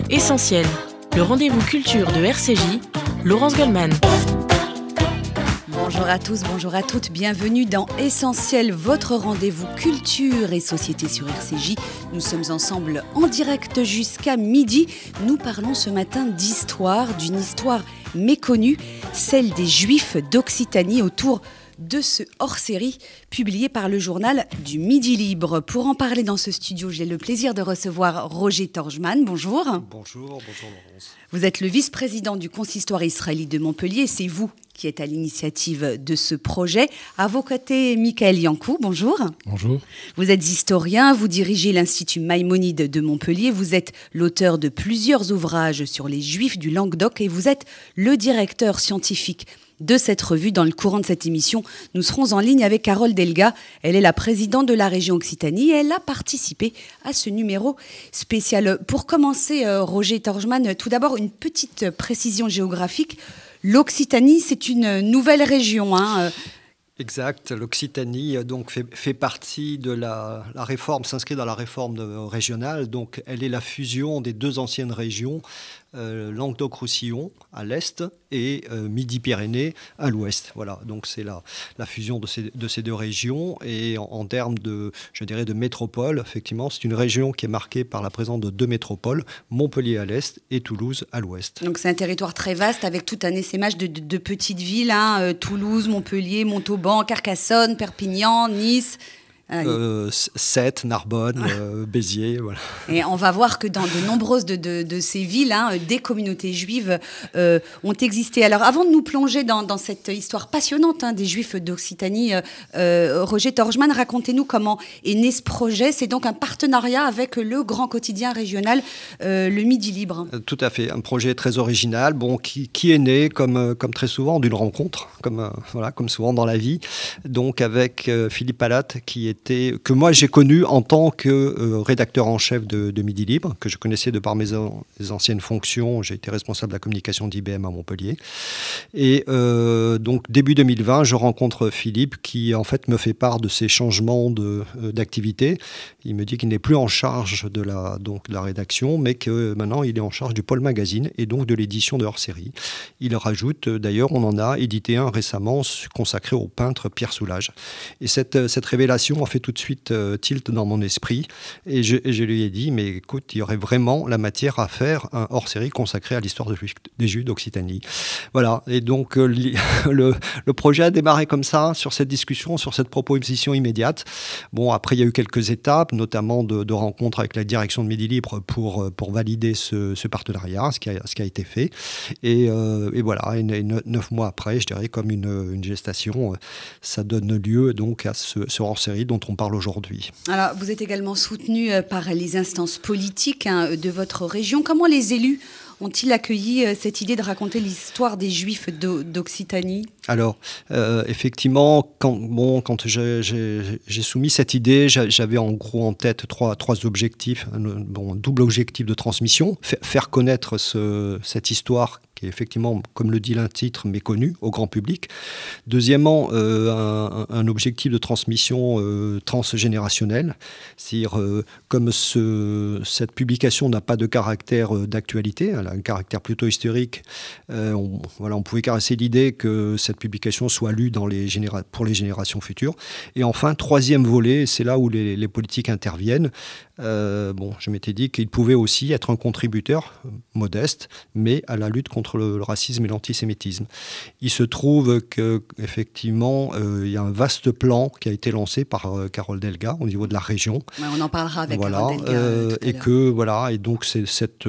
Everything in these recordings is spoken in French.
Essentiel, le rendez-vous culture de RCJ, Laurence Goldman. Bonjour à tous, bonjour à toutes, bienvenue dans Essentiel, votre rendez-vous culture et société sur RCJ. Nous sommes ensemble en direct jusqu'à midi. Nous parlons ce matin d'histoire, d'une histoire méconnue, celle des Juifs d'Occitanie autour de ce hors-série publié par le journal du Midi Libre. Pour en parler dans ce studio, j'ai le plaisir de recevoir Roger Torgman. Bonjour. Bonjour Laurence. Vous êtes le vice-président du consistoire israélite de Montpellier. C'est vous qui êtes à l'initiative de ce projet. À vos côtés, Michael Yankou. Bonjour. Bonjour. Vous êtes historien, vous dirigez l'Institut Maïmonide de Montpellier. Vous êtes l'auteur de plusieurs ouvrages sur les Juifs du Languedoc et vous êtes le directeur scientifique de cette revue. Dans le courant de cette émission, nous serons en ligne avec Carole Delga. Elle est la présidente de la région Occitanie et elle a participé à ce numéro spécial. Pour commencer, Roger Torgman, tout d'abord une petite précision géographique. L'Occitanie, c'est une nouvelle région, Exact, l'Occitanie donc fait partie de la réforme, s'inscrit dans la réforme régionale. Donc elle est la fusion des deux anciennes régions, Languedoc-Roussillon à l'est et Midi-Pyrénées à l'ouest. Voilà, donc c'est la fusion de ces deux régions. Et en termes de métropole, effectivement, c'est une région qui est marquée par la présence de deux métropoles, Montpellier à l'est et Toulouse à l'ouest. Donc c'est un territoire très vaste avec tout un essaimage de petites villes, Toulouse, Montpellier, Montauban, Carcassonne, Perpignan, Nice. Sète, Narbonne, Béziers, voilà. Et on va voir que dans de nombreuses de ces villes, des communautés juives ont existé. Alors avant de nous plonger dans cette histoire passionnante des Juifs d'Occitanie, Roger Torgman, racontez-nous comment est né ce projet. C'est donc un partenariat avec le grand quotidien régional, le Midi Libre. Tout à fait, un projet très original, qui est né comme très souvent d'une rencontre, comme souvent dans la vie, donc avec Philippe Palatte, que moi j'ai connu en tant que rédacteur en chef de Midi Libre, que je connaissais de par mes anciennes fonctions. J'ai été responsable de la communication d'IBM à Montpellier. Et donc début 2020, je rencontre Philippe qui en fait me fait part de ces changements d'activité. Il me dit qu'il n'est plus en charge de la rédaction, mais que maintenant il est en charge du pôle magazine et donc de l'édition de hors-série. Il rajoute, d'ailleurs, on en a édité un récemment consacré au peintre Pierre Soulages. Et cette révélation a fait tout de suite tilt dans mon esprit et je lui ai dit, mais écoute, il y aurait vraiment la matière à faire un hors-série consacré à l'histoire des Juifs d'Occitanie. Voilà, et donc le projet a démarré comme ça, sur cette discussion, sur cette proposition immédiate. Bon, après il y a eu quelques étapes, notamment de rencontres avec la direction de Midi Libre pour valider ce partenariat, ce qui a été fait. Et voilà, et 9 mois après, je dirais comme une gestation, ça donne lieu donc à ce hors-série dont on parle aujourd'hui. Alors, vous êtes également soutenu par les instances politiques de votre région. Comment les élus ont-ils accueilli cette idée de raconter l'histoire des Juifs d'Occitanie ? Alors, effectivement, quand j'ai soumis cette idée, j'avais en gros en tête trois objectifs. Un double objectif de transmission, faire connaître cette histoire qui est effectivement, comme le dit l'intitule, méconnue au grand public. Deuxièmement, un objectif de transmission transgénérationnelle, c'est-à-dire comme cette publication n'a pas de caractère d'actualité, elle a un caractère plutôt historique, on pouvait caresser l'idée que cette publication soit lue pour les générations futures. Et enfin, troisième volet, c'est là où les politiques interviennent. Je m'étais dit qu'il pouvait aussi être un contributeur modeste, mais à la lutte contre le racisme et l'antisémitisme. Il se trouve qu'effectivement, il y a un vaste plan qui a été lancé par Carole Delga au niveau de la région. Ouais, on en parlera avec Carole Delga. Et donc cette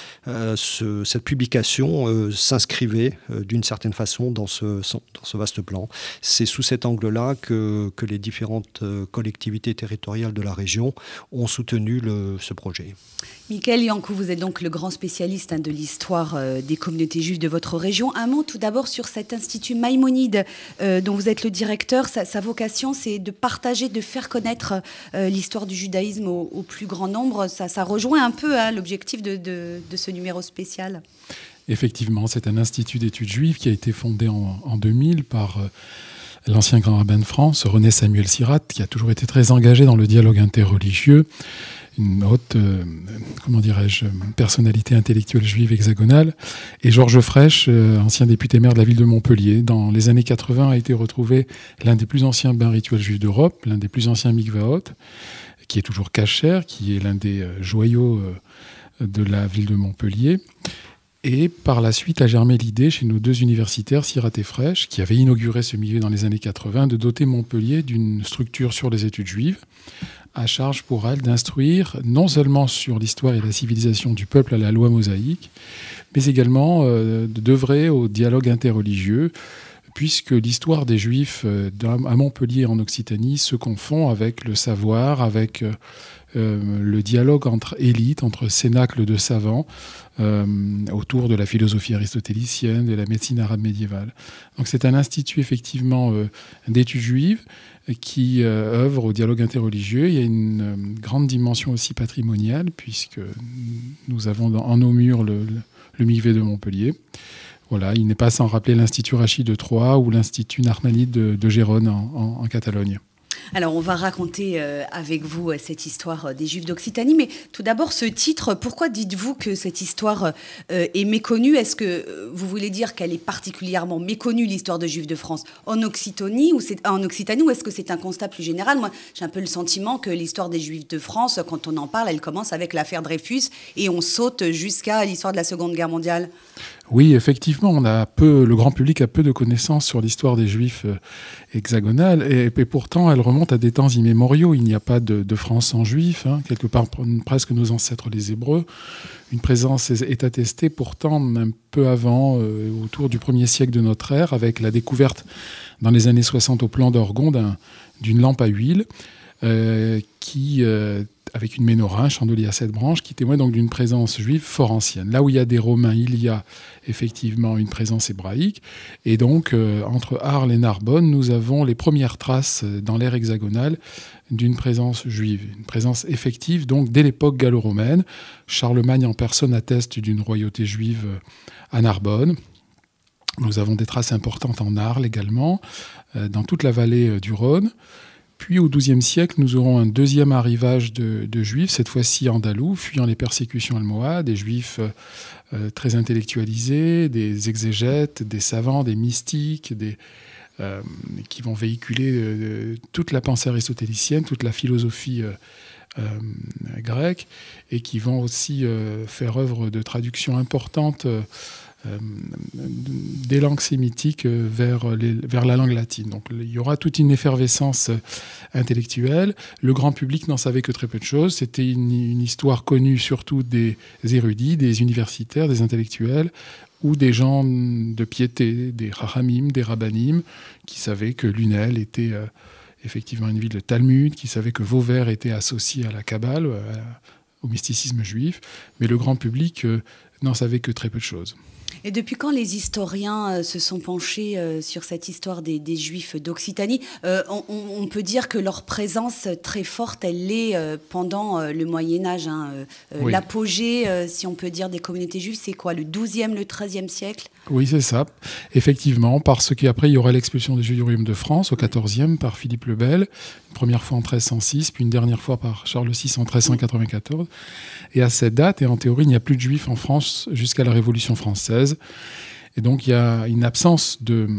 publication s'inscrivait d'une certaine façon dans ce vaste plan. C'est sous cet angle-là que les différentes collectivités territoriales de la région ont soutenu ce projet. Michael Yankou, vous êtes donc le grand spécialiste de l'histoire des communautés juives de votre région. Un mot tout d'abord sur cet institut Maïmonide dont vous êtes le directeur. Sa vocation, c'est de partager, de faire connaître l'histoire du judaïsme au plus grand nombre. Ça rejoint un peu l'objectif de ce numéro spécial. Effectivement, c'est un institut d'études juives qui a été fondé en 2000 par l'ancien grand rabbin de France, René Samuel Sirat, qui a toujours été très engagé dans le dialogue interreligieux une haute personnalité intellectuelle juive hexagonale. Et Georges Frêche, ancien député maire de la ville de Montpellier, dans les années 80 a été retrouvé l'un des plus anciens bains rituels juifs d'Europe, l'un des plus anciens mikvaot, qui est toujours kasher, qui est l'un des joyaux de la ville de Montpellier. Et par la suite a germé l'idée chez nos deux universitaires, Sirat et Frêche, qui avaient inauguré ce milieu dans les années 80, de doter Montpellier d'une structure sur les études juives, à charge pour elle d'instruire non seulement sur l'histoire et la civilisation du peuple à la loi mosaïque, mais également d'œuvrer au dialogue interreligieux, puisque l'histoire des Juifs à Montpellier et en Occitanie se confond avec le savoir, avec le dialogue entre élites, entre cénacles de savants, autour de la philosophie aristotélicienne, de la médecine arabe médiévale. Donc c'est un institut effectivement d'études juives qui œuvre au dialogue interreligieux. Il y a une grande dimension aussi patrimoniale, puisque nous avons en nos murs le mikvé de Montpellier. Voilà, il n'est pas sans rappeler l'Institut Rachid de Troyes ou l'Institut Narmanide de Gérone en Catalogne. Alors, on va raconter avec vous cette histoire des Juifs d'Occitanie. Mais tout d'abord, ce titre, pourquoi dites-vous que cette histoire est méconnue ? Est-ce que vous voulez dire qu'elle est particulièrement méconnue, l'histoire des Juifs de France, en Occitanie ou est-ce que c'est un constat plus général ? Moi, j'ai un peu le sentiment que l'histoire des Juifs de France, quand on en parle, elle commence avec l'affaire Dreyfus et on saute jusqu'à l'histoire de la Seconde Guerre mondiale. Oui, effectivement, le grand public a peu de connaissances sur l'histoire des Juifs hexagonale, et pourtant elle remonte à des temps immémoriaux. Il n'y a pas de France sans Juifs, quelque part presque nos ancêtres les Hébreux. Une présence est attestée pourtant un peu avant, autour du 1er siècle de notre ère, avec la découverte dans les années 60 au plan d'Orgon d'une lampe à huile avec une menorah, un chandelier à 7 branches, qui témoigne donc d'une présence juive fort ancienne. Là où il y a des Romains, il y a effectivement une présence hébraïque. Et donc, entre Arles et Narbonne, nous avons les premières traces dans l'ère hexagonale d'une présence juive, une présence effective, donc dès l'époque gallo-romaine. Charlemagne en personne atteste d'une royauté juive à Narbonne. Nous avons des traces importantes en Arles également, dans toute la vallée du Rhône. Puis au XIIe siècle, nous aurons un deuxième arrivage de Juifs, cette fois-ci andalous, fuyant les persécutions almohades, des Juifs très intellectualisés, des exégètes, des savants, des mystiques, qui vont véhiculer toute la pensée aristotélicienne, toute la philosophie grecque, et qui vont aussi faire œuvre de traduction importante des langues sémitiques vers la langue latine. Donc il y aura toute une effervescence intellectuelle. Le grand public n'en savait que très peu de choses. C'était une histoire connue surtout des érudits, des universitaires, des intellectuels, ou des gens de piété, des rachamim, des rabbanim, qui savaient que Lunel était effectivement une ville de Talmud, qui savaient que Vauvert était associé à la Kabbale, au mysticisme juif. Mais le grand public n'en savait que très peu de choses. Et depuis quand les historiens se sont penchés sur cette histoire des Juifs d'Occitanie ? On peut dire que leur présence très forte, elle l'est pendant le Moyen-Âge. Oui. L'apogée, si on peut dire, des communautés juives, c'est quoi, le XIIe, le XIIIe siècle ? Oui, c'est ça, effectivement, parce qu'après, il y aura l'expulsion des Juifs du Royaume de France au XIVe par Philippe le Bel, une première fois en 1306, puis une dernière fois par Charles VI en 1394. Et à cette date, et en théorie, il n'y a plus de Juifs en France jusqu'à la Révolution française. Et donc, il y a une absence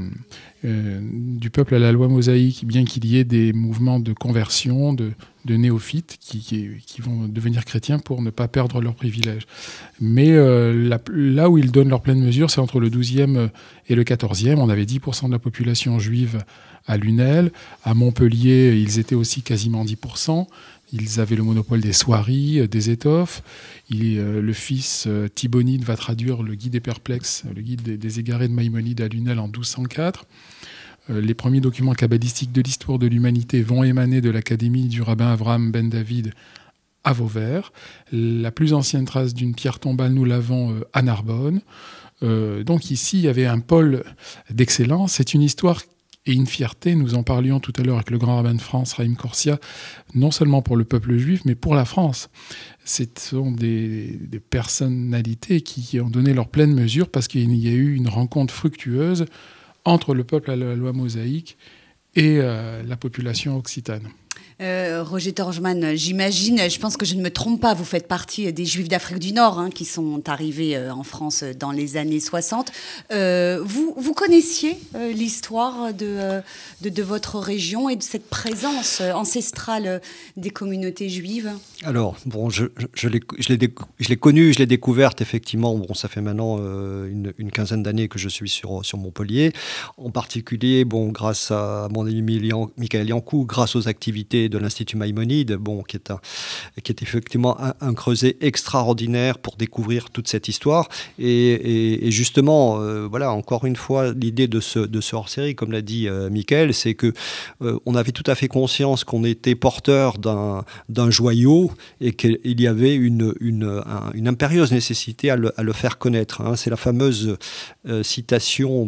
du peuple à la loi mosaïque, bien qu'il y ait des mouvements de conversion, de néophytes qui vont devenir chrétiens pour ne pas perdre leurs privilèges. Mais là où ils donnent leur pleine mesure, c'est entre le XIIe et le XIVe. On avait 10% de la population juive à Lunel. À Montpellier, ils étaient aussi quasiment 10%. Ils avaient le monopole des soieries, des étoffes. Le fils Thibonide va traduire le Guide des perplexes, le Guide des égarés de Maïmonide à Lunel en 1204. Les premiers documents kabbalistiques de l'histoire de l'humanité vont émaner de l'académie du rabbin Avraham ben David à Vauvert. La plus ancienne trace d'une pierre tombale, nous l'avons à Narbonne. Donc ici, il y avait un pôle d'excellence. C'est une histoire et une fierté, nous en parlions tout à l'heure avec le grand rabbin de France, Raïm Corsia, non seulement pour le peuple juif, mais pour la France. Ce sont des personnalités qui ont donné leur pleine mesure parce qu'il y a eu une rencontre fructueuse entre le peuple à la loi mosaïque et la population occitane. Roger Torgman, j'imagine, je pense que je ne me trompe pas, vous faites partie des Juifs d'Afrique du Nord qui sont arrivés en France dans les années 60. Vous connaissiez l'histoire de votre région et de cette présence ancestrale des communautés juives ? Alors, bon, je l'ai connue, je l'ai découverte effectivement. Bon, ça fait maintenant une quinzaine d'années que je suis sur Montpellier. En particulier, bon, grâce à mon ami Michael Yankou, grâce aux activités de l'Institut Maïmonide, bon, qui est effectivement un creuset extraordinaire pour découvrir toute cette histoire. Et justement, voilà, encore une fois, l'idée de ce hors-série, comme l'a dit Michael, c'est que on avait tout à fait conscience qu'on était porteur d'un joyau et qu'il y avait une impérieuse nécessité à le faire connaître. C'est la fameuse citation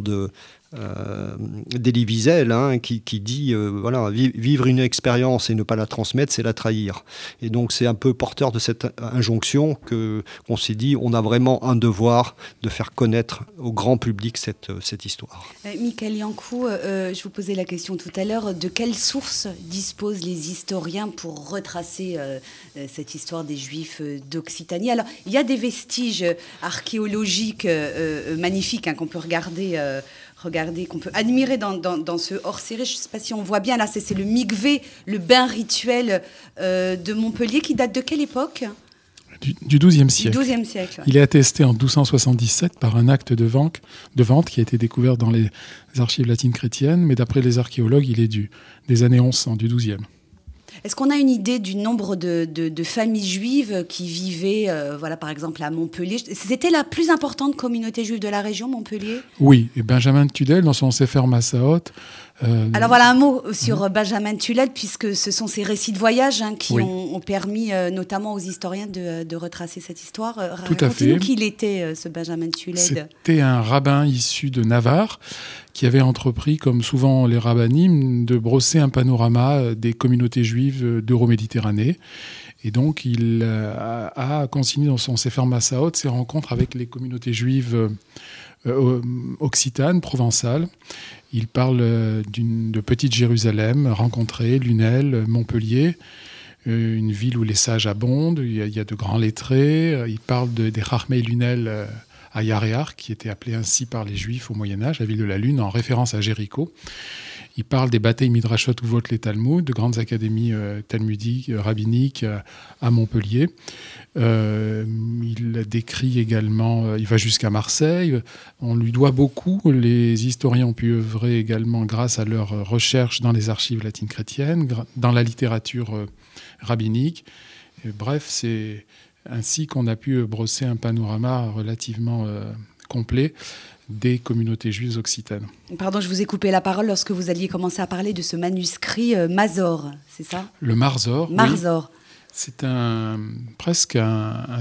d'Elie Wiesel qui dit voilà, vivre une expérience et ne pas la transmettre, c'est la trahir. Et donc c'est un peu porteur de cette injonction qu'on s'est dit, on a vraiment un devoir de faire connaître au grand public cette histoire. Michael Yankou, je vous posais la question tout à l'heure, de quelles sources disposent les historiens pour retracer cette histoire des Juifs d'Occitanie ? Alors, il y a des vestiges archéologiques magnifiques qu'on peut regarder, qu'on peut admirer dans ce hors-série. Je ne sais pas si on voit bien, là, c'est le mikvé, le bain rituel de Montpellier, qui date de quelle époque ? Du XIIe siècle. Du XIIe siècle, ouais. Il est attesté en 1277 par un acte de vente qui a été découvert dans les archives latines chrétiennes, mais d'après les archéologues, il est des années 1100, du XIIe. Est-ce qu'on a une idée du nombre de familles juives qui vivaient, voilà, par exemple, à Montpellier ? C'était la plus importante communauté juive de la région, Montpellier ? Oui, et Benjamin Tudel, dans son Sefer Massaot... Alors voilà un mot sur Benjamin Tudel, puisque ce sont ces récits de voyage qui ont permis notamment aux historiens de retracer cette histoire. Tout à fait. Qui il était, ce Benjamin Tudel ? C'était un rabbin issu de Navarre qui avait entrepris, comme souvent les rabbinim, de brosser un panorama des communautés juives d'Euroméditerranée. Et donc, il a consigné dans son Sefer Massaot ses rencontres avec les communautés juives occitanes, provençales. Il parle de Petite Jérusalem, rencontrée, Lunel, Montpellier, une ville où les sages abondent, il y a de grands lettrés. Il parle des Chachmei Lunel à Yaréar, qui était appelée ainsi par les Juifs au Moyen-Âge, la ville de la Lune, en référence à Jéricho. Il parle des batailles Midrashot où votent les Talmuds, de grandes académies talmudiques, rabbiniques à Montpellier. Il décrit également, il va jusqu'à Marseille. On lui doit beaucoup. Les historiens ont pu œuvrer également grâce à leurs recherches dans les archives latines chrétiennes, dans la littérature rabbinique. Et bref, c'est ainsi qu'on a pu brosser un panorama relativement complet des communautés juives occitanes. Pardon, je vous ai coupé la parole lorsque vous alliez commencer à parler de ce manuscrit Mazor, c'est ça ? Le Marzor. Marzor. Oui. C'est presque un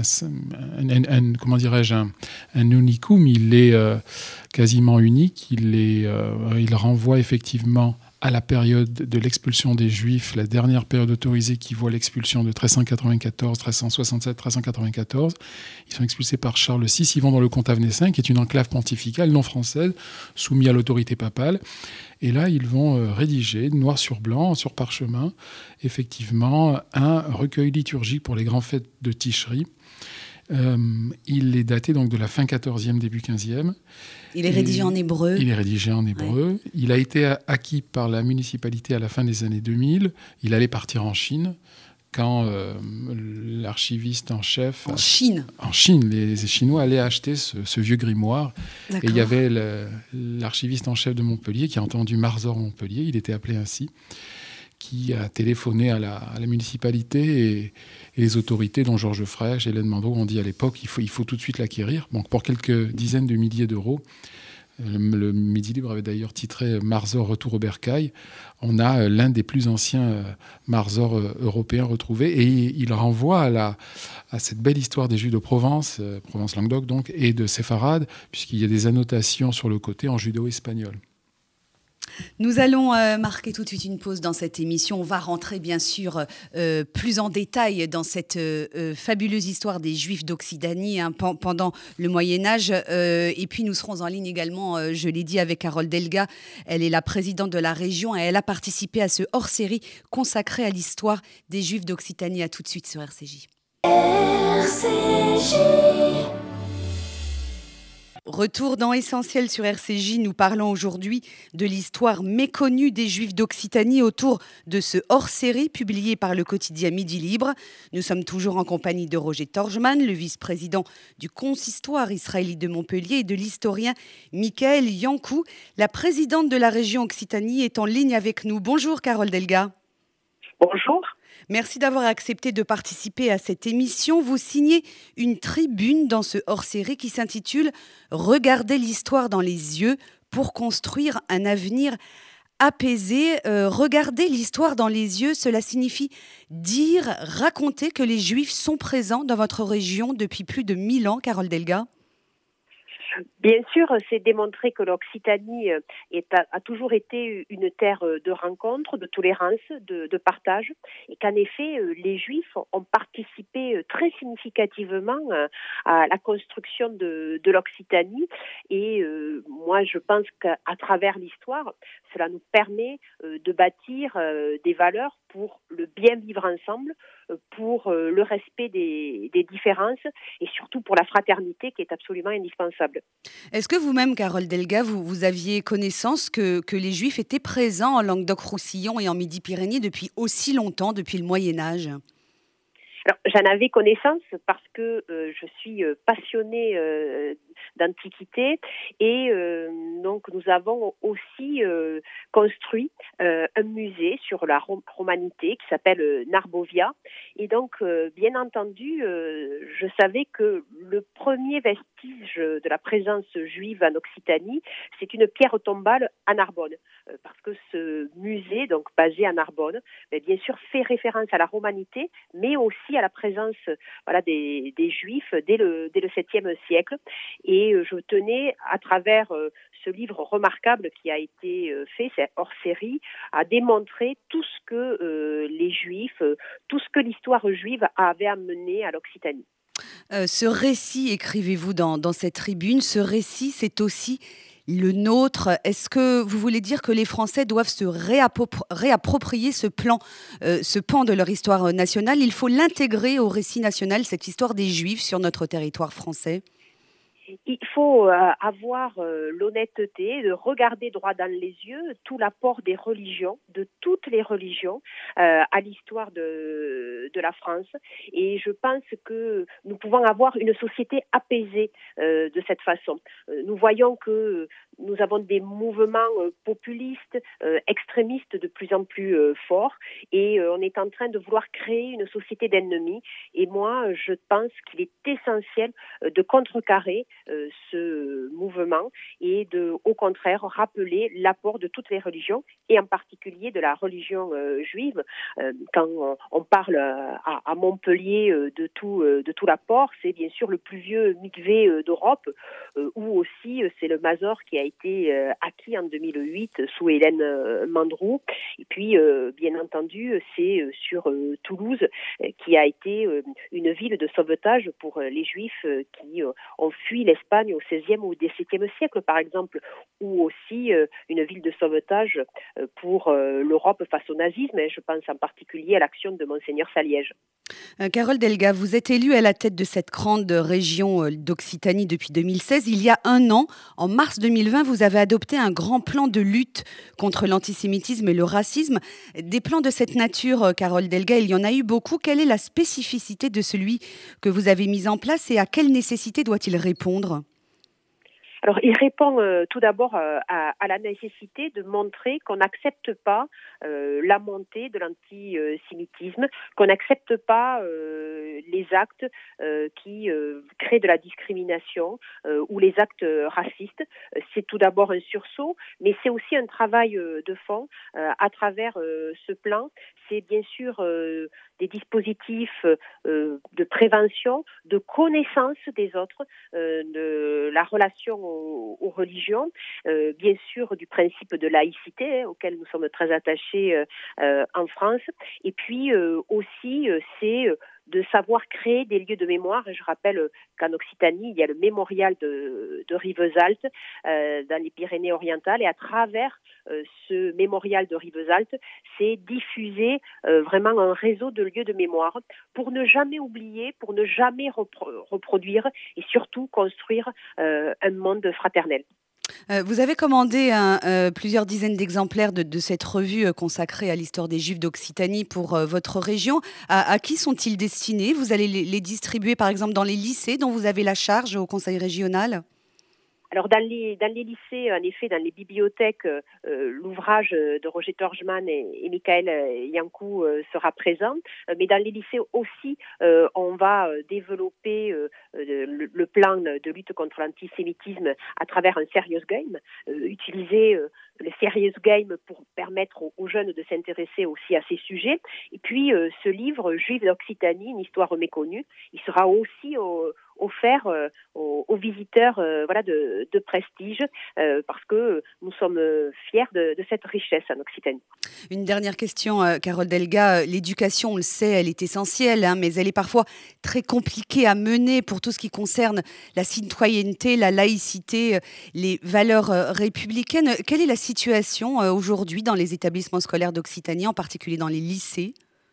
unicum. Il est quasiment unique. Il renvoie effectivement à la période de l'expulsion des Juifs, la dernière période autorisée qui voit l'expulsion de 1394, 1367, 1394. Ils sont expulsés par Charles VI. Ils vont dans le comte Avenessin, qui est une enclave pontificale non française, soumise à l'autorité papale. Et là, ils vont rédiger, noir sur blanc, sur parchemin, effectivement, un recueil liturgique pour les grandes fêtes de Tishri. Il est daté donc de la fin 14e, début 15e. Il est rédigé en hébreu. Il est rédigé en hébreu. Ouais. Il a été acquis par la municipalité à la fin des années 2000. Il allait partir en Chine quand l'archiviste en chef... En Chine, les Chinois allaient acheter ce vieux grimoire. D'accord. Et il y avait l'archiviste en chef de Montpellier qui a entendu Marzor Montpellier, il était appelé ainsi, qui a téléphoné à la municipalité et les autorités, dont Georges Frêche et Hélène Mandreau, ont dit à l'époque il faut tout de suite l'acquérir. Donc pour quelques dizaines de milliers d'euros, le Midi Libre avait d'ailleurs titré Marzor Retour au Bercail. On a l'un des plus anciens Marzor européens retrouvés, et il renvoie à cette belle histoire des Juifs de Provence, Provence-Languedoc donc, et de Séfarade, puisqu'il y a des annotations sur le côté en judo-espagnol. Nous allons marquer tout de suite une pause dans cette émission. On va rentrer bien sûr plus en détail dans cette fabuleuse histoire des Juifs d'Occitanie pendant le Moyen-Âge. Et puis nous serons en ligne également, je l'ai dit, avec Carole Delga. Elle est la présidente de la région et elle a participé à ce hors-série consacré à l'histoire des Juifs d'Occitanie. À tout de suite sur RCJ. RCJ. Retour dans Essentiel sur RCJ, nous parlons aujourd'hui de l'histoire méconnue des Juifs d'Occitanie autour de ce hors-série publié par le quotidien Midi Libre. Nous sommes toujours en compagnie de Roger Torgman, le vice-président du consistoire israélite de Montpellier, et de l'historien Michael Yankou. La présidente de la région Occitanie est en ligne avec nous. Bonjour Carole Delga. Bonjour. Merci d'avoir accepté de participer à cette émission. Vous signez une tribune dans ce hors-série qui s'intitule « Regardez l'histoire dans les yeux pour construire un avenir apaisé ». Regarder l'histoire dans les yeux, cela signifie dire, raconter que les Juifs sont présents dans votre région depuis plus de 1000 ans, Carole Delga. Bien sûr, c'est démontrer que l'Occitanie a toujours été une terre de rencontre, de tolérance, de partage, et qu'en effet, les Juifs ont participé très significativement à la construction de l'Occitanie. Et moi, je pense qu'à travers l'histoire, cela nous permet de bâtir des valeurs pour le bien vivre ensemble, pour le respect des différences et surtout pour la fraternité qui est absolument indispensable. Est-ce que vous-même, Carole Delga, vous aviez connaissance que les Juifs étaient présents en Languedoc-Roussillon et en Midi-Pyrénées depuis aussi longtemps, depuis le Moyen-Âge ? Alors, j'en avais connaissance parce que je suis passionnée d'antiquité et donc nous avons aussi construit un musée sur la romanité qui s'appelle Narbovia et donc bien entendu je savais que le premier vestige de la présence juive en Occitanie c'est une pierre tombale à Narbonne parce que ce musée donc basé à Narbonne bien sûr fait référence à la romanité mais aussi à la présence des Juifs dès le 7e siècle. Et je tenais, à travers ce livre remarquable qui a été fait, c'est hors série, à démontrer tout ce que les Juifs, tout ce que l'histoire juive avait amené à l'Occitanie. Ce récit, écrivez-vous dans cette tribune, ce récit, c'est aussi le nôtre. Est-ce que vous voulez dire que les Français doivent se réapproprier ce pan de leur histoire nationale ? Il faut l'intégrer au récit national, cette histoire des Juifs sur notre territoire français ? Il faut avoir l'honnêteté de regarder droit dans les yeux tout l'apport des religions, de toutes les religions, à l'histoire de la France. Et je pense que nous pouvons avoir une société apaisée de cette façon. Nous voyons que nous avons des mouvements populistes, extrémistes de plus en plus forts et on est en train de vouloir créer une société d'ennemis. Et moi, je pense qu'il est essentiel de contrecarrer ce mouvement et de, au contraire, rappeler l'apport de toutes les religions et en particulier de la religion juive. Quand on parle à Montpellier de tout l'apport, c'est bien sûr le plus vieux mikvé d'Europe où aussi c'est le Mazor qui a été acquis en 2008 sous Hélène Mandroux. Et puis, bien entendu, c'est sur Toulouse qui a été une ville de sauvetage pour les Juifs qui ont fui l'Espagne au XVIe ou XVIIe siècle, par exemple, ou aussi une ville de sauvetage pour l'Europe face au nazisme. Et je pense en particulier à l'action de Monseigneur Saliège. Carole Delga, vous êtes élue à la tête de cette grande région d'Occitanie depuis 2016. Il y a un an, en mars 2020, vous avez adopté un grand plan de lutte contre l'antisémitisme et le racisme. Des plans de cette nature, Carole Delga, il y en a eu beaucoup. Quelle est la spécificité de celui que vous avez mis en place et à quelle nécessité doit-il répondre ? Alors, il répond tout d'abord à la nécessité de montrer qu'on n'accepte pas la montée de l'antisémitisme, qu'on n'accepte pas les actes qui créent de la discrimination ou les actes racistes. C'est tout d'abord un sursaut, mais c'est aussi un travail de fond à travers ce plan. C'est bien sûr des dispositifs de prévention, de connaissance des autres, de la relation aux religions, bien sûr du principe de laïcité auquel nous sommes très attachés en France, et puis aussi c'est de savoir créer des lieux de mémoire. Et je rappelle qu'en Occitanie, il y a le mémorial de Rivesaltes dans les Pyrénées-Orientales, et à travers ce mémorial de Rivesaltes, c'est diffuser vraiment un réseau de lieux de mémoire pour ne jamais oublier, pour ne jamais reproduire et surtout construire un monde fraternel. Vous avez commandé plusieurs dizaines d'exemplaires de cette revue consacrée à l'histoire des Juifs d'Occitanie pour votre région. À qui sont-ils destinés ? Vous allez les distribuer par exemple dans les lycées dont vous avez la charge au conseil régional ? Alors dans les lycées, en effet, dans les bibliothèques, l'ouvrage de Roger Torgman et Michael Yankou sera présent. Mais dans les lycées aussi, on va développer le plan de lutte contre l'antisémitisme à travers un serious game, utiliser le serious game pour permettre aux jeunes de s'intéresser aussi à ces sujets. Et puis ce livre, Juifs d'Occitanie, une histoire méconnue, il sera aussi offert aux visiteurs de prestige parce que nous sommes fiers de cette richesse en Occitanie. Une dernière question, Carole Delga. L'éducation, on le sait, elle est essentielle, mais elle est parfois très compliquée à mener pour tout ce qui concerne la citoyenneté, la laïcité, les valeurs républicaines. Quelle est la situation aujourd'hui dans les établissements scolaires d'Occitanie, en particulier dans les lycées ?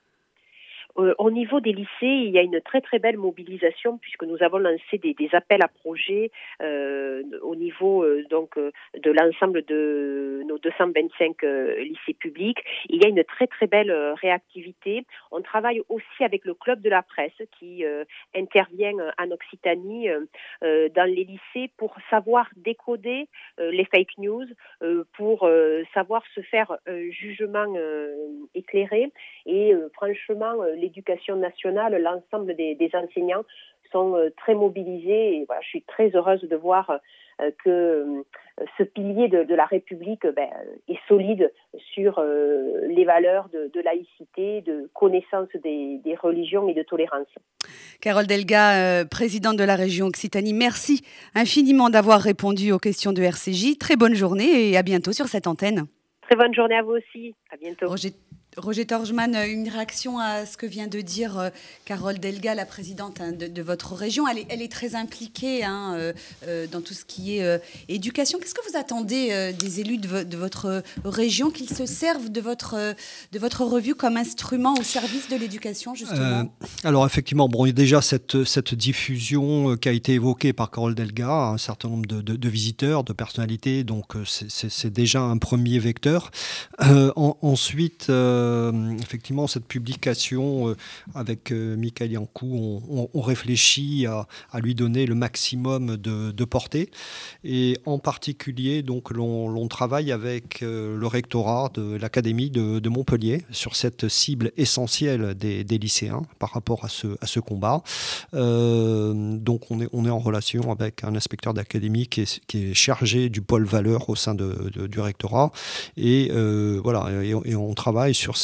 Au niveau des lycées, il y a une très très belle mobilisation puisque nous avons lancé des appels à projets au niveau de l'ensemble de nos 225 lycées publics. Il y a une très très belle réactivité. On travaille aussi avec le club de la presse qui intervient en Occitanie dans les lycées pour savoir décoder les fake news, pour savoir se faire un jugement éclairé et franchement l'éducation nationale, l'ensemble des enseignants sont très mobilisés et voilà, je suis très heureuse de voir que ce pilier de la République est solide sur les valeurs de laïcité, de connaissance des religions et de tolérance. Carole Delga, présidente de la région Occitanie, merci infiniment d'avoir répondu aux questions de RCJ. Très bonne journée et à bientôt sur cette antenne. Très bonne journée à vous aussi. À bientôt. Roger Torgman, une réaction à ce que vient de dire Carole Delga, la présidente de votre région. Elle est très impliquée dans tout ce qui est éducation. Qu'est-ce que vous attendez des élus de votre région, qu'ils se servent de votre revue comme instrument au service de l'éducation, justement ? Alors effectivement, il y a déjà cette diffusion qui a été évoquée par Carole Delga, un certain nombre de visiteurs, de personnalités, donc c'est déjà un premier vecteur. Ensuite, effectivement, cette publication avec Michael Yankou, on réfléchit à lui donner le maximum de portée. Et en particulier, donc, l'on travaille avec le rectorat de l'Académie de Montpellier sur cette cible essentielle des lycéens par rapport à ce combat. Donc, on est en relation avec un inspecteur d'académie qui est chargé du pôle valeur au sein du rectorat. Et voilà, et on travaille sur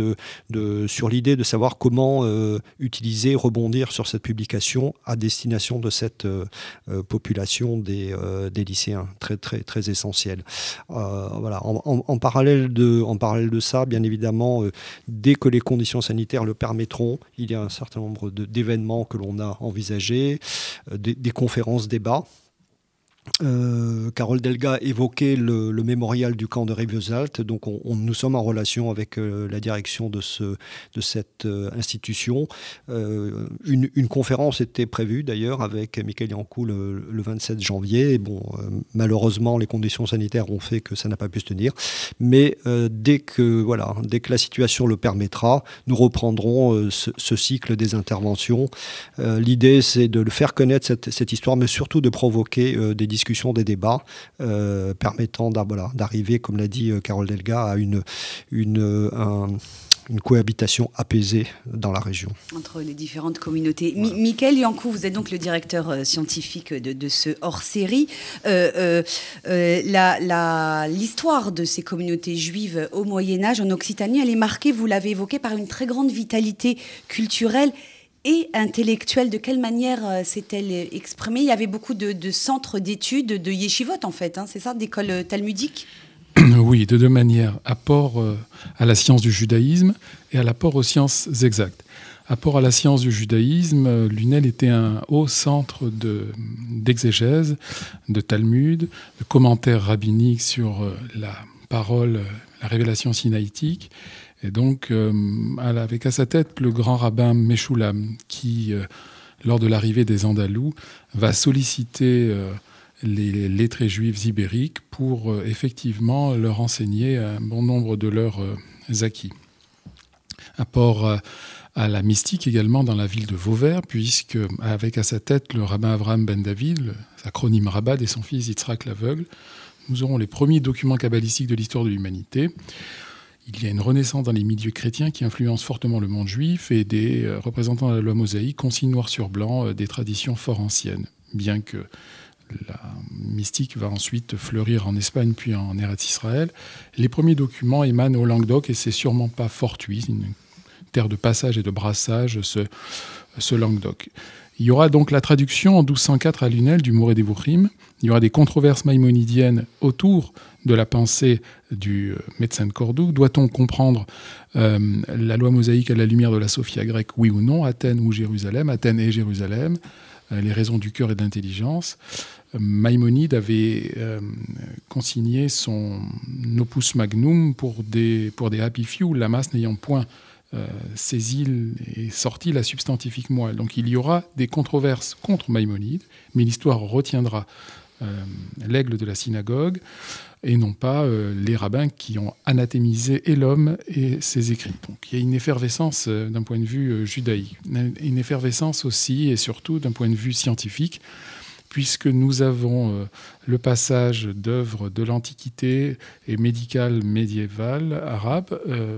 l'idée de savoir comment utiliser, rebondir sur cette publication à destination de cette population des lycéens, très très très essentielle. Voilà. En parallèle de ça, bien évidemment, dès que les conditions sanitaires le permettront, il y a un certain nombre d'événements que l'on a envisagés, des conférences, débats. Carole Delga évoquait le mémorial du camp de Rivesaltes, donc nous sommes en relation avec la direction de cette institution. Une conférence était prévue d'ailleurs avec Michael Yankou le 27 janvier. Malheureusement, les conditions sanitaires ont fait que ça n'a pas pu se tenir. Mais dès que la situation le permettra, nous reprendrons ce cycle des interventions. L'idée, c'est de le faire connaître cette histoire, mais surtout de provoquer des discussions, des débats permettant d'arriver, comme l'a dit Carole Delga, à une cohabitation apaisée dans la région. Entre les différentes communautés. Voilà. Michael Yankou, vous êtes donc le directeur scientifique de ce hors-série. L'histoire de ces communautés juives au Moyen-Âge en Occitanie, elle est marquée, vous l'avez évoqué, par une très grande vitalité culturelle et intellectuelle. De quelle manière s'est-elle exprimée? Il y avait beaucoup de centres d'études, de yeshivot en fait, c'est ça, d'écoles talmudiques? Oui, de deux manières. Apport à la science du judaïsme et à l'apport aux sciences exactes. Apport à la science du judaïsme, l'UNEL était un haut centre d'exégèse, de Talmud, de commentaires rabbiniques sur la parole, la révélation sinaïtique. Et donc, avec à sa tête le grand rabbin Meshulam, qui, lors de l'arrivée des Andalous, va solliciter les lettrés juifs ibériques pour effectivement leur enseigner un bon nombre de leurs acquis. Apport à la mystique également dans la ville de Vauvert, puisque avec à sa tête le rabbin Avraham ben David, l'acronyme Rabbad, et son fils Yitzhak l'aveugle, nous aurons les premiers documents kabbalistiques de l'histoire de l'humanité. Il y a une renaissance dans les milieux chrétiens qui influence fortement le monde juif, et des représentants de la loi mosaïque consignent noir sur blanc des traditions fort anciennes, bien que la mystique va ensuite fleurir en Espagne puis en Eretz Israël. Les premiers documents émanent au Languedoc, et c'est sûrement pas fortuit, une terre de passage et de brassage, ce Languedoc. Il y aura donc la traduction en 1204 à l'UNEL du Moré des Bouchim. Il y aura des controverses maïmonidiennes autour de la pensée du médecin de Cordoue. Doit-on comprendre la loi mosaïque à la lumière de la Sophia grecque, oui ou non, Athènes ou Jérusalem, Athènes et Jérusalem, les raisons du cœur et de l'intelligence. Maïmonide avait consigné son opus magnum pour des happy few, la masse n'ayant point saisi et sorti la substantifique moelle. Donc il y aura des controverses contre Maïmonide, mais l'histoire retiendra l'aigle de la synagogue et non pas les rabbins qui ont anathémisé et l'homme et ses écrits. Donc il y a une effervescence d'un point de vue judaïque, une effervescence aussi et surtout d'un point de vue scientifique, puisque nous avons le passage d'œuvres de l'Antiquité et médicale médiévale arabe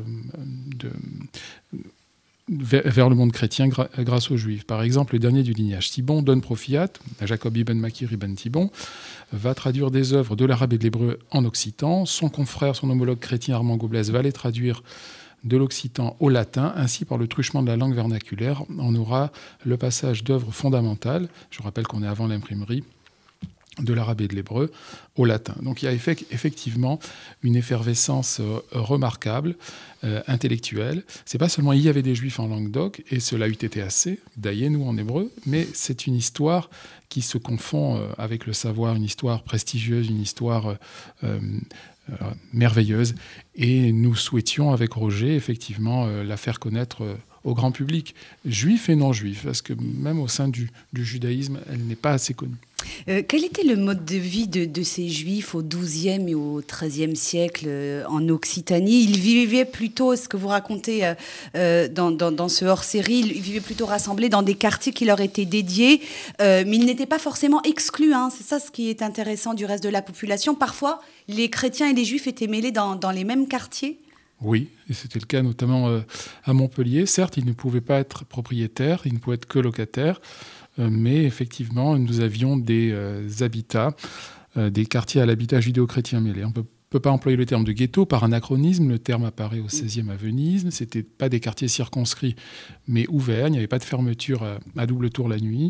vers le monde chrétien grâce aux Juifs. Par exemple, le dernier du lignage Thibon, Don Profiat, Jacob ibn Makir ibn Thibon, va traduire des œuvres de l'arabe et de l'hébreu en occitan. Son confrère, son homologue chrétien Armand Goblès va les traduire de l'occitan au latin. Ainsi, par le truchement de la langue vernaculaire, on aura le passage d'œuvres fondamentales, je rappelle qu'on est avant l'imprimerie, de l'arabe et de l'hébreu au latin. Donc il y a effectivement une effervescence remarquable, intellectuelle. C'est pas seulement il y avait des juifs en Languedoc, et cela eût été assez, dayenu en hébreu, mais c'est une histoire qui se confond avec le savoir, une histoire prestigieuse, une histoire merveilleuse. Et nous souhaitions, avec Roger, effectivement, la faire connaître au grand public, juif et non juif, parce que même au sein du judaïsme, elle n'est pas assez connue. Quel était le mode de vie de ces juifs au XIIe et au XIIIe siècle en Occitanie? Ils vivaient plutôt, ce que vous racontez dans ce hors-série, ils vivaient plutôt rassemblés dans des quartiers qui leur étaient dédiés, mais ils n'étaient pas forcément exclus. C'est ça ce qui est intéressant du reste de la population. Parfois, les chrétiens et les juifs étaient mêlés dans les mêmes quartiers. Oui, et c'était le cas notamment à Montpellier. Certes, ils ne pouvaient pas être propriétaires, ils ne pouvaient être que locataires, mais effectivement, nous avions des habitats, des quartiers à l'habitat judéo-chrétien mêlé. On ne peut pas employer le terme de ghetto par anachronisme. Le terme apparaît au XVIe à Venise. Ce n'étaient pas des quartiers circonscrits, mais ouverts. Il n'y avait pas de fermeture à double tour la nuit.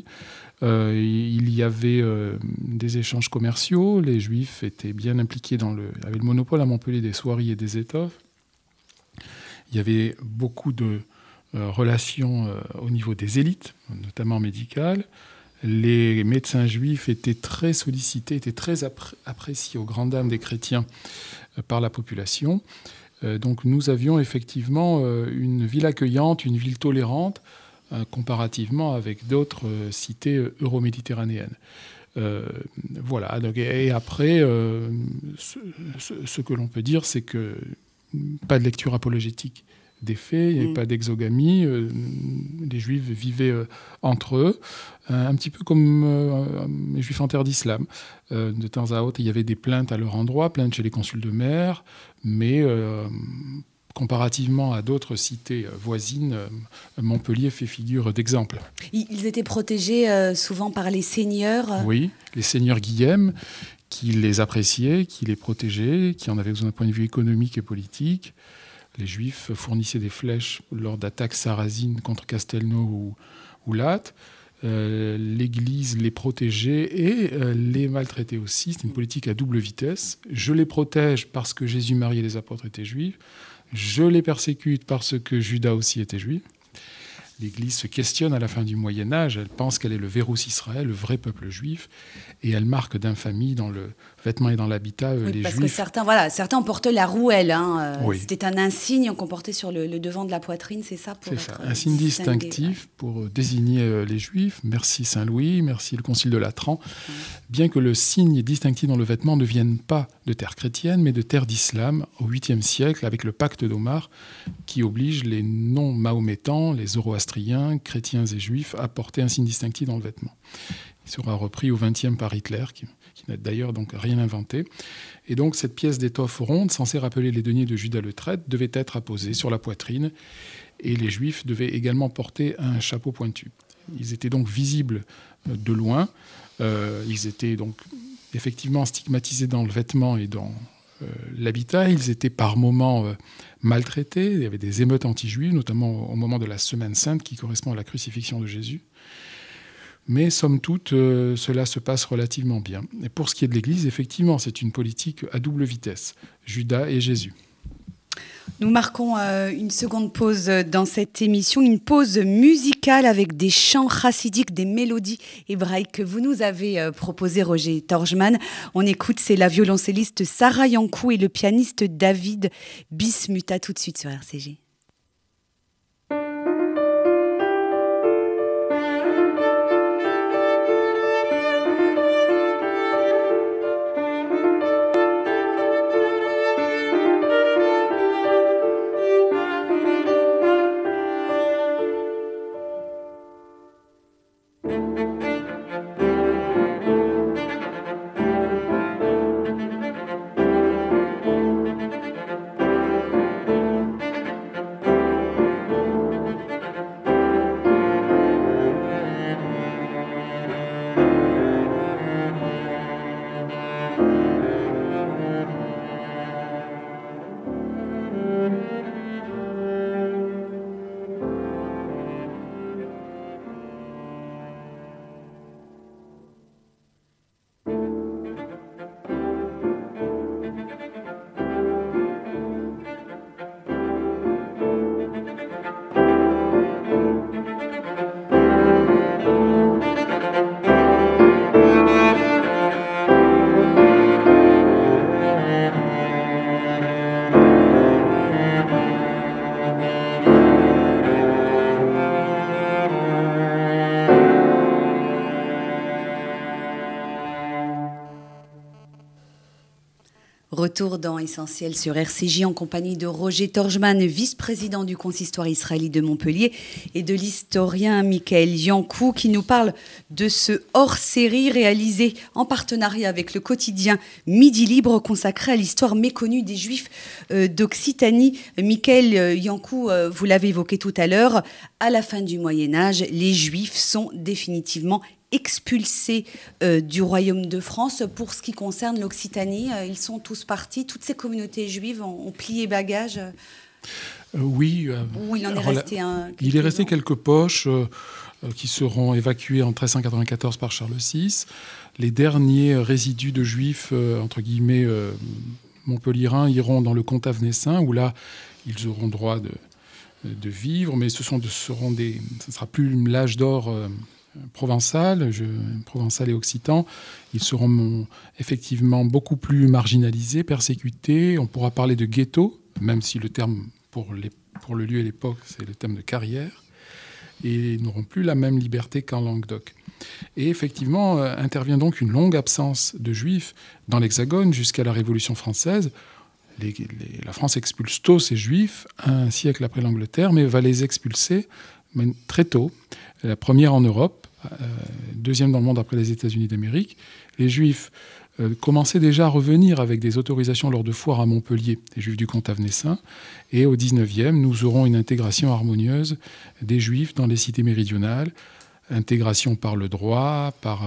Il y avait des échanges commerciaux. Les Juifs étaient bien impliqués avaient le monopole à Montpellier des soieries et des étoffes. Il y avait beaucoup de relations au niveau des élites, notamment médicales. Les médecins juifs étaient très sollicités, étaient très appréciés aux grandes dames des chrétiens par la population. Donc nous avions effectivement une ville accueillante, une ville tolérante, comparativement avec d'autres cités euro-méditerranéennes. Voilà. Donc, et après, ce que l'on peut dire, c'est que pas de lecture apologétique des faits, il n'y avait pas d'exogamie. Les Juifs vivaient entre eux, un petit peu comme les Juifs en terre d'islam. De temps à autre, il y avait des plaintes à leur endroit, plaintes chez les consuls de mer, mais comparativement à d'autres cités voisines, Montpellier fait figure d'exemple. Ils étaient protégés souvent par les seigneurs. Oui, les seigneurs Guillem, qui les appréciaient, qui les protégeaient, qui en avaient besoin d'un point de vue économique et politique. Les Juifs fournissaient des flèches lors d'attaques sarrasines contre Castelnau ou Latte. L'Église les protégeait et les maltraitait aussi. C'était une politique à double vitesse. Je les protège parce que Jésus, Marie et les apôtres étaient juifs. Je les persécute parce que Judas aussi était juif. L'Église se questionne à la fin du Moyen-Âge. Elle pense qu'elle est le Vérus Israël, le vrai peuple juif. Et elle marque d'infamie dans le vêtement et dans l'habitat les parce Juifs. Parce que certains portaient la rouelle. Oui. C'était un insigne qu'on portait sur le devant de la poitrine, c'est ça C'est ça, un signe distinctif pour désigner les Juifs. Merci Saint-Louis, merci le Concile de Latran. Bien que le signe distinctif dans le vêtement ne vienne pas de terre chrétienne, mais de terre d'islam, au 8e siècle, avec le pacte d'Omar, qui oblige les non-mahométans, les zoroastriens, chrétiens et juifs, à porter un signe distinctif dans le vêtement. Il sera repris au 20e par Hitler, qui n'a d'ailleurs donc rien inventé. Et donc cette pièce d'étoffe ronde, censée rappeler les deniers de Judas le traître, devait être apposée sur la poitrine. Et les Juifs devaient également porter un chapeau pointu. Ils étaient donc visibles de loin. Ils étaient donc effectivement stigmatisés dans le vêtement et dans l'habitat. Ils étaient par moments maltraités. Il y avait des émeutes anti-juives, notamment au moment de la Semaine Sainte, qui correspond à la crucifixion de Jésus. Mais somme toute, cela se passe relativement bien. Et pour ce qui est de l'Église, effectivement, c'est une politique à double vitesse. Judas et Jésus. Nous marquons une seconde pause dans cette émission, une pause musicale avec des chants chassidiques, des mélodies hébraïques que vous nous avez proposées, Roger Torgman. On écoute, c'est la violoncelliste Sarah Yankou et le pianiste David Bismuth. Tout de suite sur RCG. Retour dans Essentiel sur RCJ en compagnie de Roger Torgman, vice-président du consistoire israélite de Montpellier, et de l'historien Michael Yankou qui nous parle de ce hors-série réalisé en partenariat avec le quotidien Midi Libre consacré à l'histoire méconnue des Juifs d'Occitanie. Michael Yankou, vous l'avez évoqué tout à l'heure, à la fin du Moyen-Âge, les Juifs sont définitivement expulsés du royaume de France. Pour ce qui concerne l'Occitanie, ils sont tous partis, toutes ces communautés juives ont plié bagages. Oui. Ou il en est resté un. Il est resté quelques poches qui seront évacuées en 1394 par Charles VI. Les derniers résidus de juifs, entre guillemets, montpelliérains, iront dans le comtat venessin, où là, ils auront droit de vivre, mais ce ne sera plus l'âge d'or provençal et occitan. Ils seront effectivement beaucoup plus marginalisés, persécutés. On pourra parler de ghetto, même si le terme pour le lieu et l'époque, c'est le terme de carrière. Et ils n'auront plus la même liberté qu'en Languedoc. Et effectivement, intervient donc une longue absence de juifs dans l'Hexagone jusqu'à la Révolution française. La France expulse tôt ces juifs, un siècle après l'Angleterre, mais va les expulser très tôt. La première en Europe, deuxième dans le monde après les États-Unis d'Amérique. Les Juifs commençaient déjà à revenir avec des autorisations lors de foires à Montpellier, les Juifs du comtat venessin. Et au 19e, nous aurons une intégration harmonieuse des Juifs dans les cités méridionales, intégration par le droit, par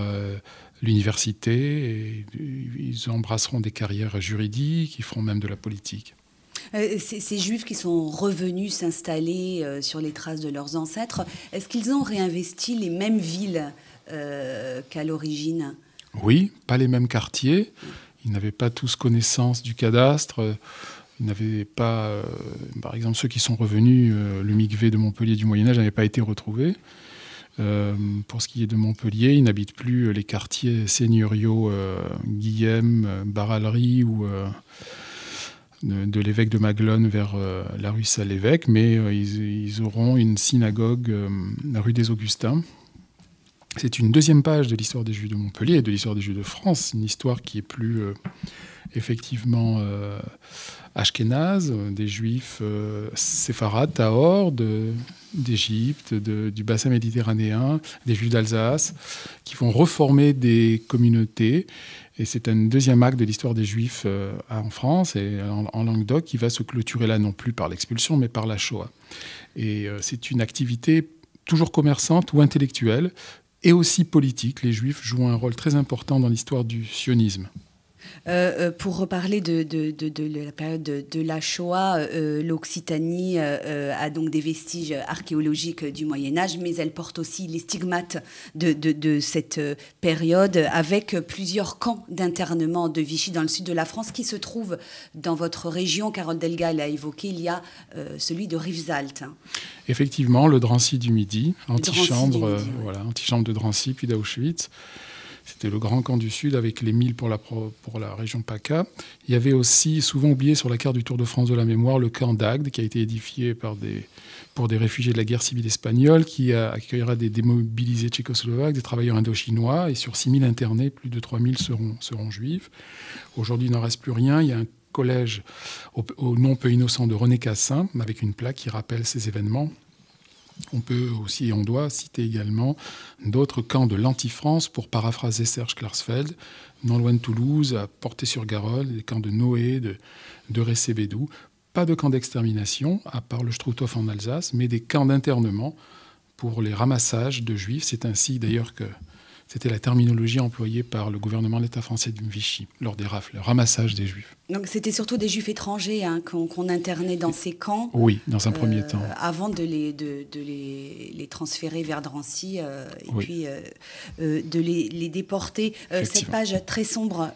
l'université. Et ils embrasseront des carrières juridiques, ils feront même de la politique. Ces Juifs qui sont revenus s'installer sur les traces de leurs ancêtres, est-ce qu'ils ont réinvesti les mêmes villes qu'à l'origine ? Oui, pas les mêmes quartiers. Ils n'avaient pas tous connaissance du cadastre. Ils n'avaient pas, par exemple, ceux qui sont revenus, le mikvé de Montpellier du Moyen-Âge n'avait pas été retrouvé. Pour ce qui est de Montpellier, ils n'habitent plus les quartiers seigneuriaux Guillem, Baralerie ou de l'évêque de Maglone vers la rue Saint-l'Évêque, mais ils auront une synagogue, la rue des Augustins. C'est une deuxième page de l'histoire des Juifs de Montpellier et de l'histoire des Juifs de France, une histoire qui est plus effectivement ashkénaze, des Juifs séfarades, tahor, d'Égypte, du bassin méditerranéen, des Juifs d'Alsace, qui vont reformer des communautés. Et c'est un deuxième acte de l'histoire des Juifs en France et en Languedoc qui va se clôturer là non plus par l'expulsion, mais par la Shoah. Et c'est une activité toujours commerçante ou intellectuelle, et aussi politique. Les Juifs jouent un rôle très important dans l'histoire du sionisme. Pour reparler de la période de la Shoah, l'Occitanie a donc des vestiges archéologiques du Moyen-Âge, mais elle porte aussi les stigmates de cette période, avec plusieurs camps d'internement de Vichy dans le sud de la France qui se trouvent dans votre région. Carole Delga l'a évoqué, il y a celui de Rivesaltes. Effectivement, le Drancy du Midi, antichambre de Drancy, puis d'Auschwitz. C'était le grand camp du Sud avec les 1000 pour la région PACA. Il y avait aussi, souvent oublié sur la carte du Tour de France de la mémoire, le camp d'Agde, qui a été édifié pour des réfugiés de la guerre civile espagnole, qui accueillera des démobilisés tchécoslovaques, des travailleurs indochinois, et sur 6000 internés, plus de 3000 seront juifs. Aujourd'hui, il n'en reste plus rien. Il y a un collège au nom peu innocent de René Cassin, avec une plaque qui rappelle ces événements. On peut aussi et on doit citer également d'autres camps de l'anti-France, pour paraphraser Serge Klarsfeld, non loin de Toulouse, à Portée-sur-Garonne, les camps de Noé, de Ressé-Bédou. Pas de camps d'extermination, à part le Struthof en Alsace, mais des camps d'internement pour les ramassages de Juifs. C'est ainsi d'ailleurs que c'était la terminologie employée par le gouvernement de l'État français de Vichy lors des rafles, le ramassage des Juifs. Donc c'était surtout des Juifs étrangers qu'on internait dans ces camps. Oui, dans un premier temps. Avant de les transférer vers Drancy puis de les déporter. Cette page très sombre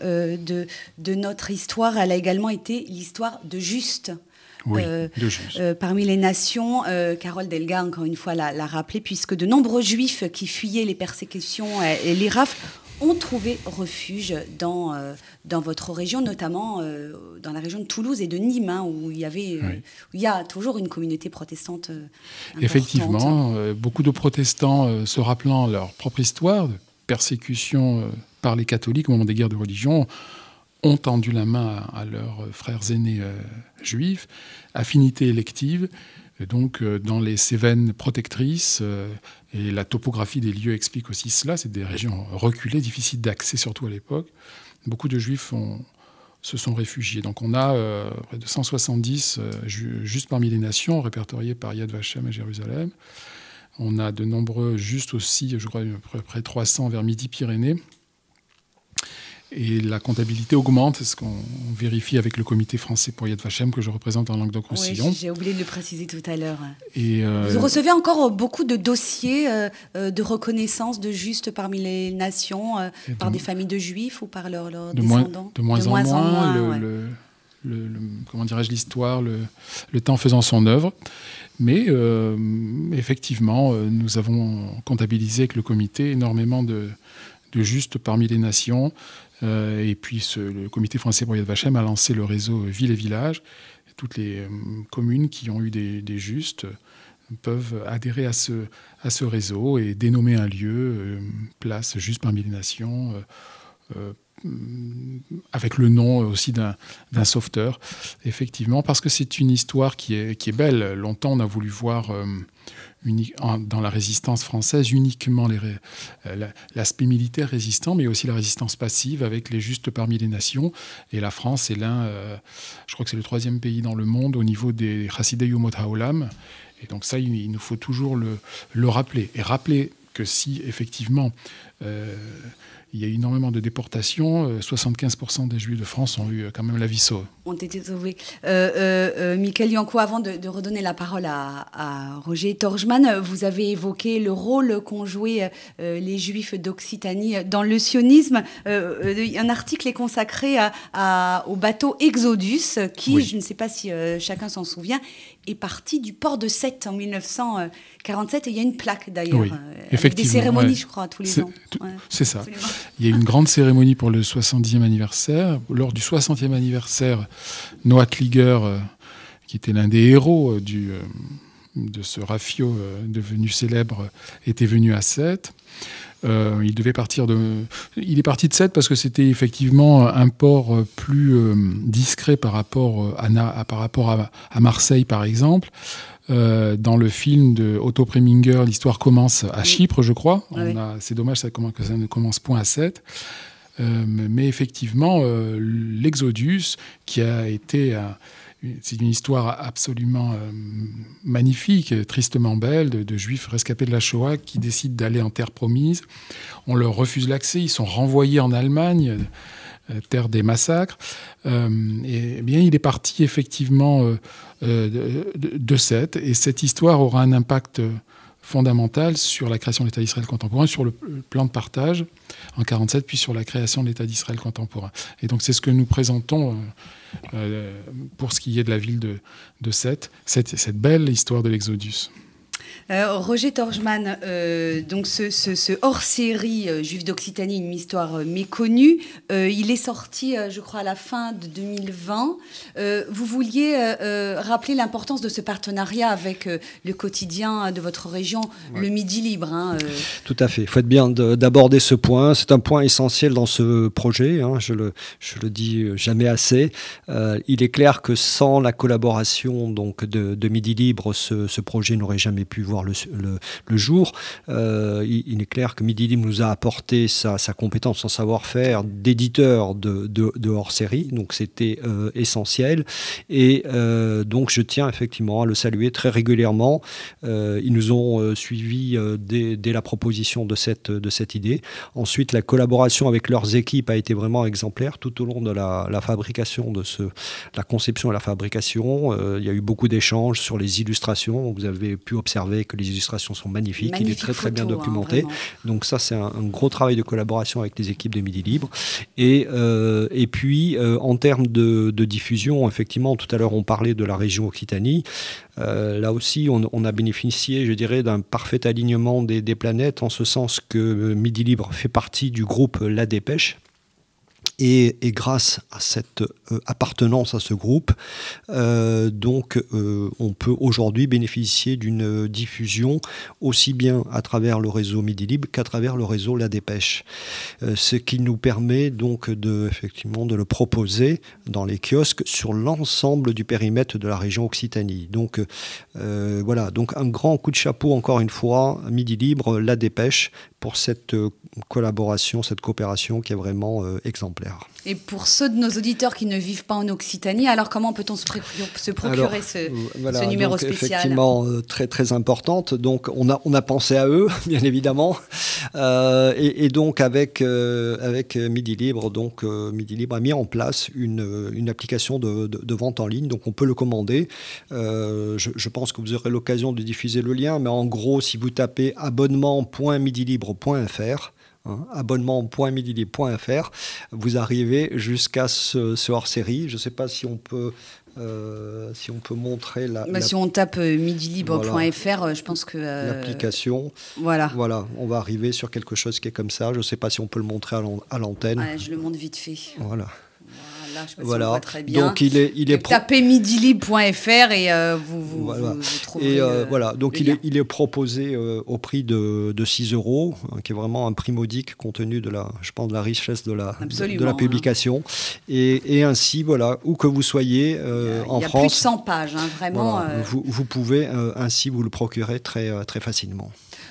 de notre histoire, elle a également été l'histoire de Juste. Oui, parmi les nations, Carole Delga, encore une fois, l'a rappelé, puisque de nombreux Juifs qui fuyaient les persécutions et les rafles ont trouvé refuge dans votre région, notamment dans la région de Toulouse et de Nîmes, où il y a toujours une communauté protestante importante. Effectivement, beaucoup de protestants se rappelant leur propre histoire de persécution par les catholiques au moment des guerres de religion, ont tendu la main à leurs frères aînés juifs, affinité élective, donc dans les Cévennes protectrices, et la topographie des lieux explique aussi cela, c'est des régions reculées, difficiles d'accès surtout à l'époque. Beaucoup de juifs se sont réfugiés. Donc on a près de 170 juste parmi les nations, répertoriés par Yad Vashem à Jérusalem. On a de nombreux justes aussi, je crois à peu près 300 vers Midi-Pyrénées. Et la comptabilité augmente, c'est ce qu'on vérifie avec le comité français pour Yad Vashem que je représente en Languedoc-Roussillon. Oui, j'ai oublié de le préciser tout à l'heure. Et vous recevez encore beaucoup de dossiers de reconnaissance de justes parmi les nations, par des familles de juifs ou par leurs descendants. De moins en moins. Comment dirais-je, l'histoire, le temps faisant son œuvre. Mais effectivement, nous avons comptabilisé avec le comité énormément de justes parmi les nations. Et puis le comité français pour Yad Vashem a lancé le réseau Villes et Villages. Toutes les communes qui ont eu des justes peuvent adhérer à ce réseau et dénommer un lieu, place juste parmi les nations, avec le nom aussi d'un sauveteur, effectivement, parce que c'est une histoire qui est belle. Longtemps, on a voulu voir dans la résistance française uniquement l'aspect militaire résistant, mais aussi la résistance passive avec les justes parmi les nations. Et la France est je crois que c'est le 3e pays dans le monde au niveau des Chassidei Umot Haolam. Et donc ça, il nous faut toujours le rappeler. Et rappeler que si effectivement il y a eu énormément de déportations. 75% des Juifs de France ont eu quand même la vie sauve. Ont été sauvés. Michael Yanko, avant de redonner la parole à Roger Torgmann, vous avez évoqué le rôle qu'ont joué les Juifs d'Occitanie dans le sionisme. Un article est consacré au bateau Exodus, qui, je ne sais pas si chacun s'en souvient, est parti du port de Sète en 1947. Et il y a une plaque d'ailleurs, avec des cérémonies, je crois, tous les ans. C'est ça. Absolument. Il y a eu une grande cérémonie pour le 70e anniversaire. Lors du 60e anniversaire, Noah Kliger, qui était l'un des héros de ce rafio devenu célèbre, était venu à Sète. Il est parti de Sète parce que c'était effectivement un port plus discret par rapport à Marseille, par exemple. Dans le film de Otto Preminger, l'histoire commence à Chypre, je crois. C'est dommage que ça ne commence point à Sète. Mais effectivement, l'Exodus, qui a été... c'est une histoire absolument magnifique, tristement belle, de Juifs rescapés de la Shoah qui décident d'aller en terre promise. On leur refuse l'accès, ils sont renvoyés en Allemagne, terre des massacres. Et bien, il est parti effectivement de Sète, et cette histoire aura un impact fondamentale sur la création de l'État d'Israël contemporain, sur le plan de partage en 1947, puis sur la création de l'État d'Israël contemporain. Et donc c'est ce que nous présentons pour ce qui est de la ville de Sète, cette belle histoire de l'Exodus. Roger Torgmann, donc ce hors-série Juifs d'Occitanie, une histoire méconnue, il est sorti, je crois, à la fin de 2020. Vous vouliez rappeler l'importance de ce partenariat avec le quotidien de votre région, le Midi Libre. Tout à fait. Il faut être bien d'aborder ce point. C'est un point essentiel dans ce projet. Je le dis jamais assez. Il est clair que sans la collaboration donc de Midi Libre, ce projet n'aurait jamais pu voir le jour. Il est clair que Midi Libre nous a apporté sa compétence, son savoir-faire d'éditeur de hors-série, donc c'était essentiel. Et donc je tiens effectivement à le saluer très régulièrement. Ils nous ont suivis dès la proposition de cette idée. Ensuite, la collaboration avec leurs équipes a été vraiment exemplaire tout au long de la fabrication la conception et la fabrication. Il y a eu beaucoup d'échanges sur les illustrations. Vous avez pu observer que les illustrations sont magnifiques. Il est très très bien documenté. Donc ça, c'est un gros travail de collaboration avec les équipes de Midi Libre. Et puis, en termes de diffusion, effectivement, tout à l'heure, on parlait de la région Occitanie. Là aussi, on a bénéficié, je dirais, d'un parfait alignement des planètes, en ce sens que Midi Libre fait partie du groupe La Dépêche. Et grâce à cette appartenance à ce groupe, on peut aujourd'hui bénéficier d'une diffusion aussi bien à travers le réseau Midi Libre qu'à travers le réseau La Dépêche. Ce qui nous permet donc effectivement de le proposer dans les kiosques sur l'ensemble du périmètre de la région Occitanie. Donc voilà, donc un grand coup de chapeau encore une fois, Midi Libre, La Dépêche, pour cette collaboration, cette coopération qui est vraiment exemplaire. Et pour ceux de nos auditeurs qui ne vivent pas en Occitanie, alors comment peut-on se procurer ce numéro spécial ? Effectivement, très très importante. Donc on a pensé à eux, bien évidemment, et donc avec Midi Libre, Midi Libre a mis en place une application de vente en ligne. Donc on peut le commander. Je pense que vous aurez l'occasion de diffuser le lien, mais en gros, si vous tapez abonnement.midilibre.fr, abonnement.midilibre.fr, vous arrivez jusqu'à ce hors-série. Je ne sais pas si on peut montrer si on tape midilibre.fr, je pense que l'application. Voilà, on va arriver sur quelque chose qui est comme ça. Je ne sais pas si on peut le montrer à l'antenne. Ouais, je le montre vite fait. Voilà. Là, je sais pas si on voit très bien. Donc il est tapez midilibre.fr et vous trouverez. Et donc il est proposé au prix de 6 €, qui est vraiment un prix modique compte tenu de la richesse de la publication. Et ainsi, voilà, où que vous soyez en France. Il y a plus de 100 pages, vraiment. Voilà, vous pouvez ainsi vous le procurer très, très facilement.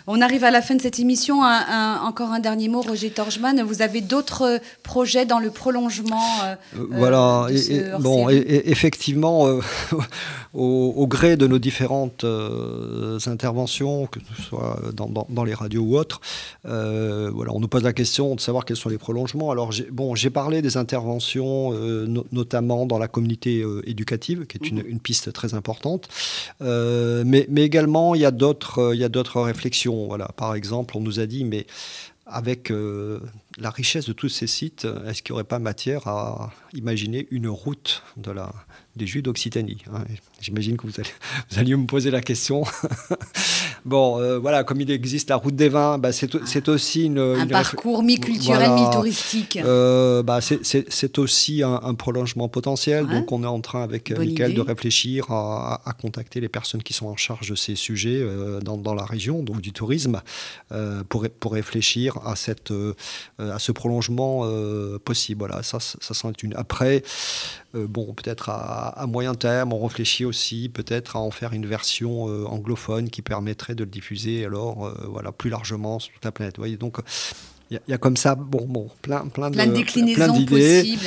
On arrive à la fin de cette émission. Encore un dernier mot, Roger Torgmann. Vous avez d'autres projets dans le prolongement voilà. de ce hors-série. Effectivement, au gré de nos différentes interventions, que ce soit dans les radios ou autres, on nous pose la question de savoir quels sont les prolongements. Alors, j'ai parlé des interventions, notamment dans la communauté éducative, qui est une piste très importante. Mais également, il y a d'autres réflexions. Voilà. Par exemple, on nous a dit, mais avec la richesse de tous ces sites, est-ce qu'il n'y aurait pas matière à imaginer une route des Juifs d'Occitanie, hein? J'imagine que vous alliez me poser la question. Bon, voilà, comme il existe la route des vins, c'est aussi un parcours mi-culturel, mi-touristique. C'est aussi un prolongement potentiel. Ouais. Donc, on est en train, avec Michael, de réfléchir à contacter les personnes qui sont en charge de ces sujets dans la région, donc du tourisme, pour réfléchir à ce prolongement possible. Voilà, ça s'en est une. Après, peut-être à moyen terme, on réfléchit aussi peut-être à en faire une version anglophone qui permettrait de le diffuser plus largement sur toute la planète. Vous voyez, donc il y a comme ça plein de déclinaisons possibles.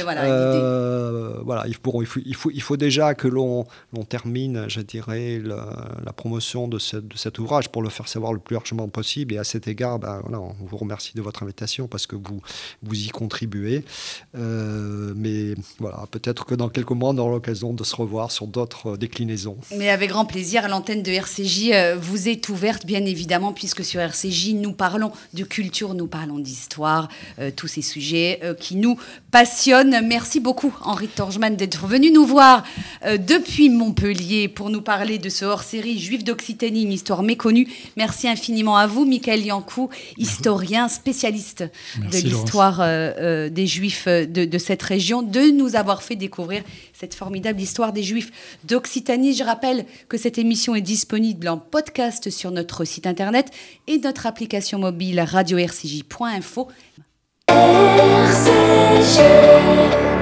Il faut déjà que l'on termine, je dirais, la promotion de cet ouvrage pour le faire savoir le plus largement possible. Et à cet égard, on vous remercie de votre invitation parce que vous y contribuez. Mais voilà, peut-être que dans quelques mois, on aura l'occasion de se revoir sur d'autres déclinaisons. Mais avec grand plaisir, l'antenne de RCJ vous est ouverte, bien évidemment, puisque sur RCJ, nous parlons de culture, nous parlons d'histoire, tous ces sujets qui nous passionnent. Merci beaucoup, Henri Torgmann, d'être venu nous voir depuis Montpellier pour nous parler de ce hors-série Juifs d'Occitanie, une histoire méconnue. Merci infiniment à vous, Michael Yankou, historien, spécialiste de l'histoire des Juifs de cette région, de nous avoir fait découvrir cette formidable histoire des Juifs d'Occitanie. Je rappelle que cette émission est disponible en podcast sur notre site internet et notre application mobile radio-rcj.info. RCJ.